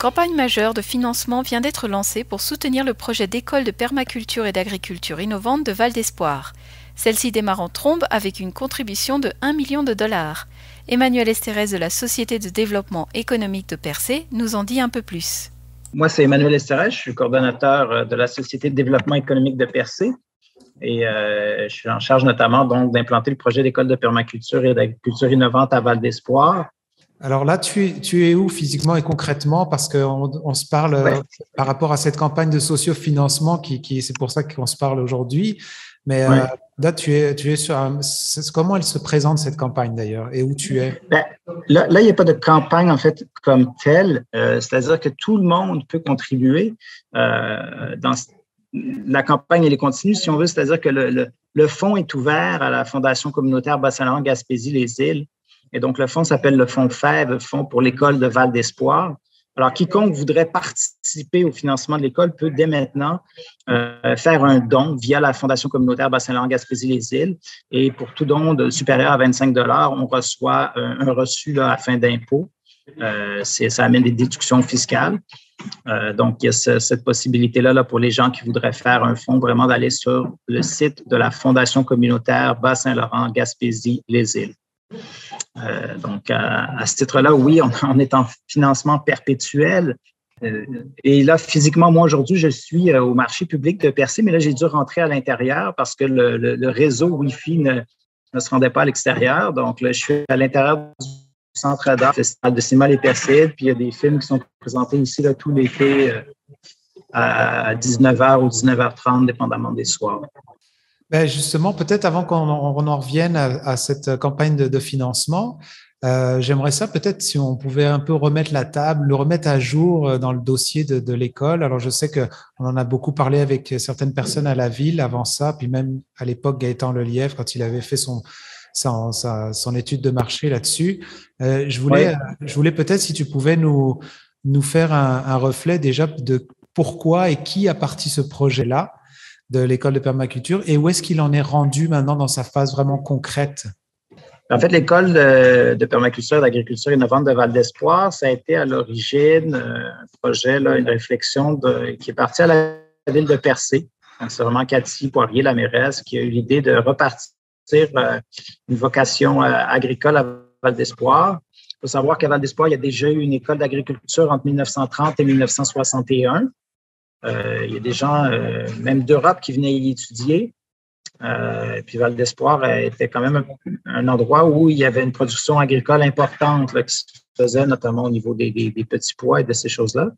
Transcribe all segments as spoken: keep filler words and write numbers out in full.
campagne majeure de financement vient d'être lancée pour soutenir le projet d'école de permaculture et d'agriculture innovante de Val d'Espoir. Celle-ci démarre en trombe avec une contribution de un million de dollars. Emmanuel Estérès de la Société de développement économique de Percé nous en dit un peu plus. Moi, c'est Emmanuel Estérès, je suis coordonnateur de la Société de développement économique de Percé et euh, je suis en charge notamment donc d'implanter le projet d'école de permaculture et d'agriculture innovante à Val d'Espoir. Alors là, tu es, tu es où physiquement et concrètement? Parce qu'on on se parle ouais. par rapport à cette campagne de sociofinancement, qui, qui, c'est pour ça qu'on se parle aujourd'hui. Mais ouais. euh, là, tu es, tu es sur un, comment elle se présente cette campagne d'ailleurs et où tu es? Ben, là, là, il n'y a pas de campagne en fait comme telle. Euh, c'est-à-dire que tout le monde peut contribuer. Euh, dans la campagne, elle est continue, si on veut. C'est-à-dire que le, le, le fonds est ouvert à la Fondation communautaire Bas-Saint-Laurent Gaspésie-Les-Îles. Et donc, le fonds s'appelle le fonds F E V, Fonds pour l'école de Val d'Espoir. Alors, quiconque voudrait participer au financement de l'école peut dès maintenant euh, faire un don via la Fondation communautaire Bas-Saint-Laurent Gaspésie-Les-Îles. Et pour tout don de supérieur à vingt-cinq dollars, on reçoit un, un reçu là, à fin d'impôt. Euh, c'est, ça amène des déductions fiscales. Euh, donc, il y a ce, cette possibilité-là là, pour les gens qui voudraient faire un fonds, vraiment d'aller sur le site de la Fondation communautaire Bas-Saint-Laurent Gaspésie-Les-Îles. Euh, donc, à, à ce titre-là, oui, on, on est en financement perpétuel. Euh, et là, physiquement, moi, aujourd'hui, je suis euh, au marché public de Percé, mais là, j'ai dû rentrer à l'intérieur parce que le, le, le réseau Wi-Fi ne, ne se rendait pas à l'extérieur. Donc, là, je suis à l'intérieur du Centre d'art, Festival de cinéma Les Percéides, puis il y a des films qui sont présentés ici là, tout l'été euh, à dix-neuf heures ou dix-neuf heures trente, dépendamment des soirs. Ben justement, peut-être avant qu'on on en revienne à, à cette campagne de, de financement, euh, j'aimerais ça peut-être si on pouvait un peu remettre la table, le remettre à jour dans le dossier de, de l'école. Alors, je sais qu'on en a beaucoup parlé avec certaines personnes à la ville avant ça, puis même à l'époque, Gaëtan Lelièvre, quand il avait fait son, son, sa, son étude de marché là-dessus. Euh, je voulais, ouais. je voulais peut-être si tu pouvais nous, nous faire un, un reflet déjà de pourquoi et qui a parti ce projet-là de l'école de permaculture et où est-ce qu'il en est rendu maintenant dans sa phase vraiment concrète? En fait, l'école de, de permaculture et d'agriculture innovante de Val d'Espoir, ça a été à l'origine un projet, là, une réflexion de, qui est partie à la ville de Percé. Donc, c'est vraiment Cathy Poirier, la mairesse, qui a eu l'idée de repartir euh, une vocation euh, agricole à Val d'Espoir. Il faut savoir qu'à Val d'Espoir, il y a déjà eu une école d'agriculture entre mille neuf cent trente et mille neuf cent soixante et un. Euh, il y a des gens, euh, même d'Europe, qui venaient y étudier. Euh, puis Val d'Espoir était quand même un, un endroit où il y avait une production agricole importante là, qui se faisait notamment au niveau des, des, des petits pois et de ces choses-là.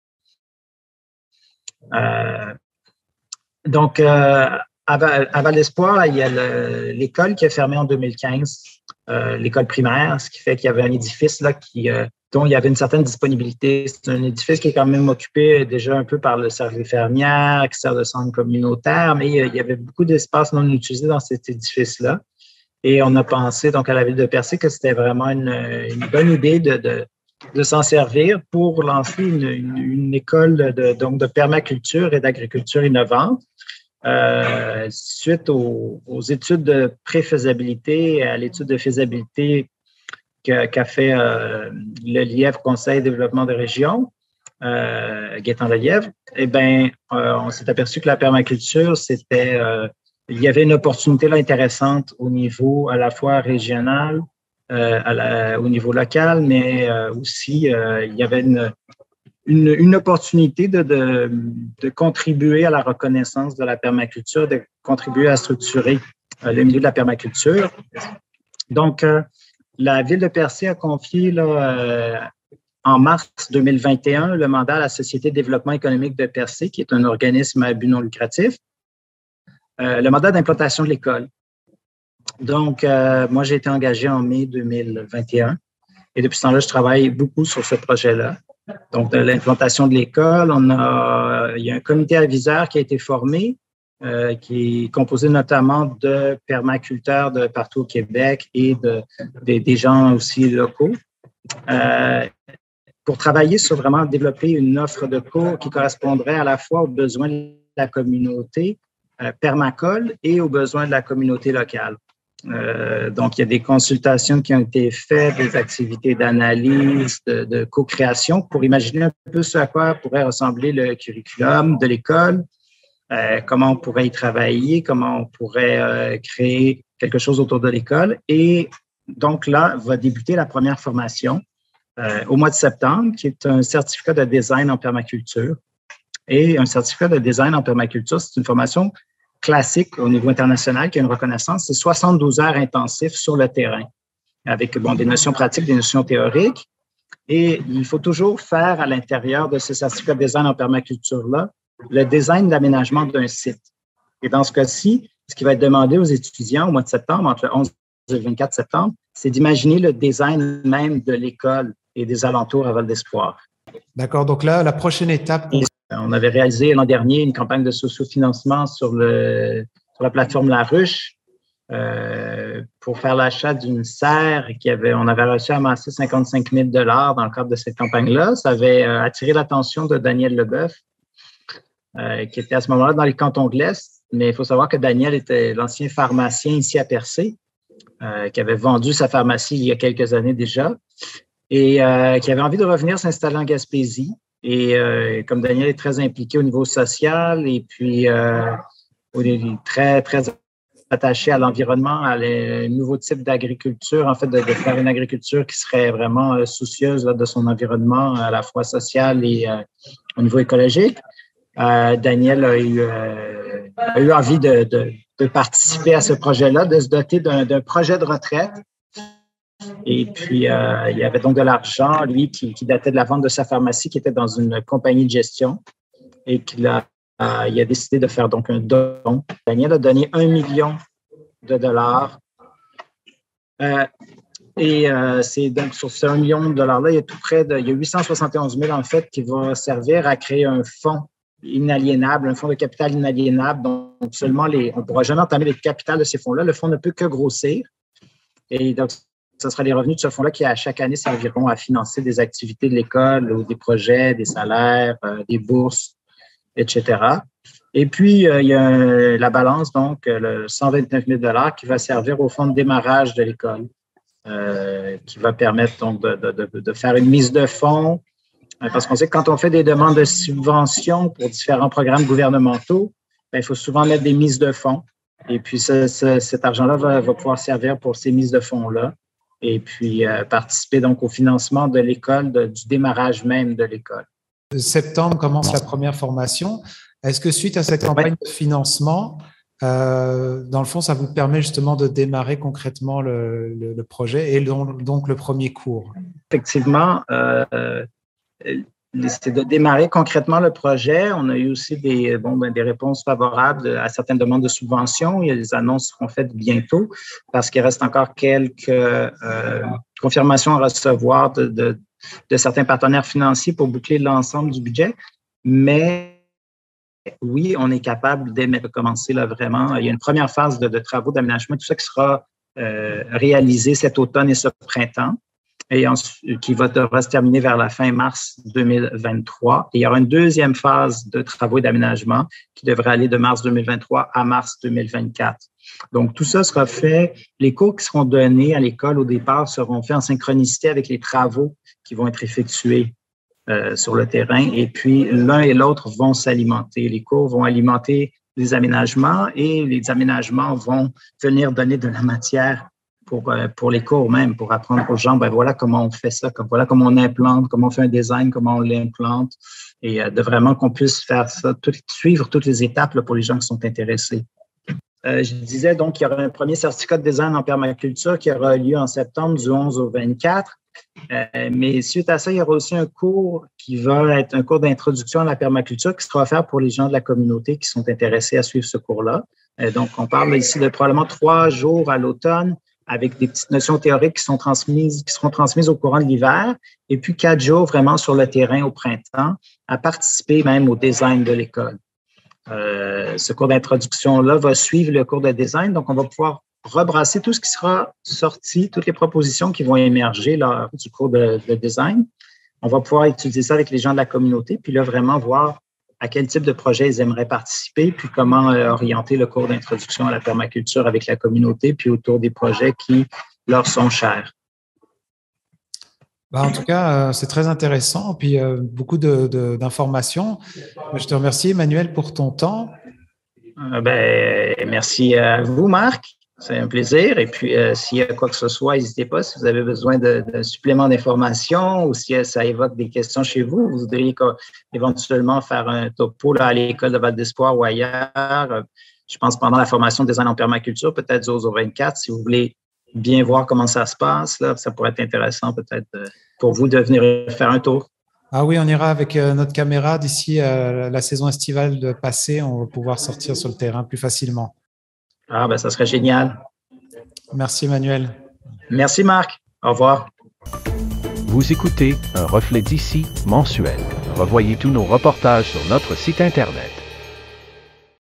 Euh, donc, euh, à, Val, à Val d'Espoir, il y a le, l'école qui a fermé en deux mille quinze, euh, l'école primaire, ce qui fait qu'il y avait un édifice là, qui... Euh, dont il y avait une certaine disponibilité. C'est un édifice qui est quand même occupé déjà un peu par le cercle des fermières, qui sert de centre communautaire, mais il y avait beaucoup d'espace non utilisé dans cet édifice-là. Et on a pensé donc à la ville de Percé que c'était vraiment une, une bonne idée de, de, de s'en servir pour lancer une, une, une école de, donc de permaculture et d'agriculture innovante. Euh, suite aux, aux études de préfaisabilité, à l'étude de faisabilité qu'a fait euh, le Lièvre Conseil développement de région, euh, Gaëtan Lelièvre, eh bien, euh, on s'est aperçu que la permaculture, c'était, euh, il y avait une opportunité là intéressante au niveau à la fois régional, euh, à la, au niveau local, mais euh, aussi euh, il y avait une, une, une opportunité de, de, de contribuer à la reconnaissance de la permaculture, de contribuer à structurer euh, le milieu de la permaculture. Donc, euh, la ville de Percé a confié là, euh, en mars deux mille vingt et un le mandat à la Société de développement économique de Percé, qui est un organisme à but non lucratif, euh, le mandat d'implantation de l'école. Donc, euh, moi, j'ai été engagé en mai deux mille vingt et un et depuis ce temps-là, je travaille beaucoup sur ce projet-là. Donc, de l'implantation de l'école, on a, il y a un comité aviseur qui a été formé, Euh, qui est composé notamment de permaculteurs de partout au Québec et de, de, des gens aussi locaux, euh, pour travailler sur vraiment développer une offre de cours qui correspondrait à la fois aux besoins de la communauté euh, permacole et aux besoins de la communauté locale. Euh, donc, il y a des consultations qui ont été faites, des activités d'analyse, de, de co-création pour imaginer un peu ce à quoi pourrait ressembler le curriculum de l'école, euh, comment on pourrait y travailler, comment on pourrait euh, créer quelque chose autour de l'école. Et donc là, va débuter la première formation euh, au mois de septembre, qui est un certificat de design en permaculture. Et un certificat de design en permaculture, c'est une formation classique au niveau international qui a une reconnaissance. C'est soixante-douze heures intensives sur le terrain avec bon, des notions pratiques, des notions théoriques. Et il faut toujours faire à l'intérieur de ce certificat de design en permaculture-là le design d'aménagement d'un site. Et dans ce cas-ci, ce qui va être demandé aux étudiants au mois de septembre, entre le onze et le vingt-quatre septembre, c'est d'imaginer le design même de l'école et des alentours à Val d'Espoir. D'accord. Donc là, la prochaine étape… Et on avait réalisé l'an dernier une campagne de sociofinancement sur, le, sur la plateforme La Ruche euh, pour faire l'achat d'une serre. Qui avait, on avait réussi à amasser cinquante-cinq mille dollars dans le cadre de cette campagne-là. Ça avait euh, attiré l'attention de Daniel Leboeuf, euh, qui était à ce moment-là dans les cantons de l'Est. Mais il faut savoir que Daniel était l'ancien pharmacien ici à Percé, euh, qui avait vendu sa pharmacie il y a quelques années déjà et euh, qui avait envie de revenir s'installer en Gaspésie. Et euh, comme Daniel est très impliqué au niveau social et puis euh, très, très attaché à l'environnement, à un nouveau type d'agriculture, en fait, de, de faire une agriculture qui serait vraiment euh, soucieuse là, de son environnement, à la fois social et euh, au niveau écologique, euh, Daniel a eu, euh, a eu envie de, de, de participer à ce projet-là, de se doter d'un, d'un projet de retraite. Et puis, euh, il y avait donc de l'argent, lui, qui, qui datait de la vente de sa pharmacie, qui était dans une compagnie de gestion et qu'il a, euh, il a décidé de faire donc un don. Daniel a donné un million de dollars. Euh, et euh, c'est donc sur ce un million de dollars-là, il y a tout près de, il y a huit cent soixante et onze mille en fait qui va servir à créer un fonds inaliénable, un fonds de capital inaliénable. Donc, seulement les, on ne pourra jamais entamer le capital de ces fonds-là. Le fonds ne peut que grossir. Et donc, ce sera les revenus de ce fonds-là qui, à chaque année, serviront à financer des activités de l'école ou des projets, des salaires, euh, des bourses, et cetera. Et puis, euh, il y a un, la balance, donc, le cent vingt-neuf mille dollars qui va servir au fonds de démarrage de l'école, euh, qui va permettre donc de, de, de, de faire une mise de fonds. Euh, parce qu'on sait que quand on fait des demandes de subventions pour différents programmes gouvernementaux, bien, il faut souvent mettre des mises de fonds. Et puis, ce, ce, cet argent-là va, va pouvoir servir pour ces mises de fonds-là. Et puis euh, participer donc au financement de l'école, de, du démarrage même de l'école. Septembre commence la première formation. Est-ce que suite à cette campagne ouais. de financement, euh, dans le fond, ça vous permet justement de démarrer concrètement le, le, le projet et donc, donc le premier cours? Effectivement, euh, c'est de démarrer concrètement le projet. On a eu aussi des, bon, ben, des réponses favorables à certaines demandes de subventions. Il y a des annonces qui seront faites bientôt parce qu'il reste encore quelques euh, confirmations à recevoir de, de, de certains partenaires financiers pour boucler l'ensemble du budget. Mais oui, on est capable de commencer là vraiment. Il y a une première phase de, de travaux d'aménagement, tout ça qui sera euh, réalisé cet automne et ce printemps. Et ensuite, qui va devrait se terminer vers la fin mars deux mille vingt-trois. Et il y aura une deuxième phase de travaux d'aménagement qui devrait aller de mars deux mille vingt-trois à mars deux mille vingt-quatre. Donc, tout ça sera fait. Les cours qui seront donnés à l'école au départ seront faits en synchronicité avec les travaux qui vont être effectués euh, sur le terrain. Et puis, l'un et l'autre vont s'alimenter. Les cours vont alimenter les aménagements et les aménagements vont venir donner de la matière Pour, pour les cours même, pour apprendre aux gens, ben voilà comment on fait ça, comme, voilà comment on implante, comment on fait un design, comment on l'implante, et euh, de vraiment qu'on puisse faire ça, tout, suivre toutes les étapes là, pour les gens qui sont intéressés. Euh, je disais donc qu'il y aura un premier certificat de design en permaculture qui aura lieu en septembre du onze au vingt-quatre, euh, mais suite à ça, il y aura aussi un cours qui va être un cours d'introduction à la permaculture qui sera offert pour les gens de la communauté qui sont intéressés à suivre ce cours-là. Euh, donc, on parle ici de probablement trois jours à l'automne, avec des petites notions théoriques qui sont transmises, qui seront transmises au courant de l'hiver, et puis quatre jours vraiment sur le terrain au printemps, à participer même au design de l'école. Euh, ce cours d'introduction-là va suivre le cours de design, donc on va pouvoir rebrasser tout ce qui sera sorti, toutes les propositions qui vont émerger lors du cours de, de design. On va pouvoir utiliser ça avec les gens de la communauté, puis là, vraiment voir à quel type de projet ils aimeraient participer, puis comment euh, orienter le cours d'introduction à la permaculture avec la communauté, puis autour des projets qui leur sont chers. Bah, en tout cas, euh, c'est très intéressant, puis euh, beaucoup de, de, d'informations. Je te remercie, Emmanuel, pour ton temps. Euh, ben, merci à vous, Marc. C'est un plaisir. Et puis, euh, s'il y a quoi que ce soit, n'hésitez pas. Si vous avez besoin de, de suppléments d'informations ou si ça évoque des questions chez vous, vous voudriez éventuellement faire un topo là, à l'école de Val d'Espoir ou ailleurs. Je pense pendant la formation de design en permaculture, peut-être Zozo vingt-quatre, si vous voulez bien voir comment ça se passe, là, ça pourrait être intéressant peut-être pour vous de venir faire un tour. Ah oui, on ira avec notre caméra d'ici à la saison estivale de passer. On va pouvoir sortir sur le terrain plus facilement. Ah, ben ça serait génial. Merci, Emmanuel. Merci, Marc. Au revoir. Vous écoutez Un reflet d'ici mensuel. Revoyez tous nos reportages sur notre site Internet.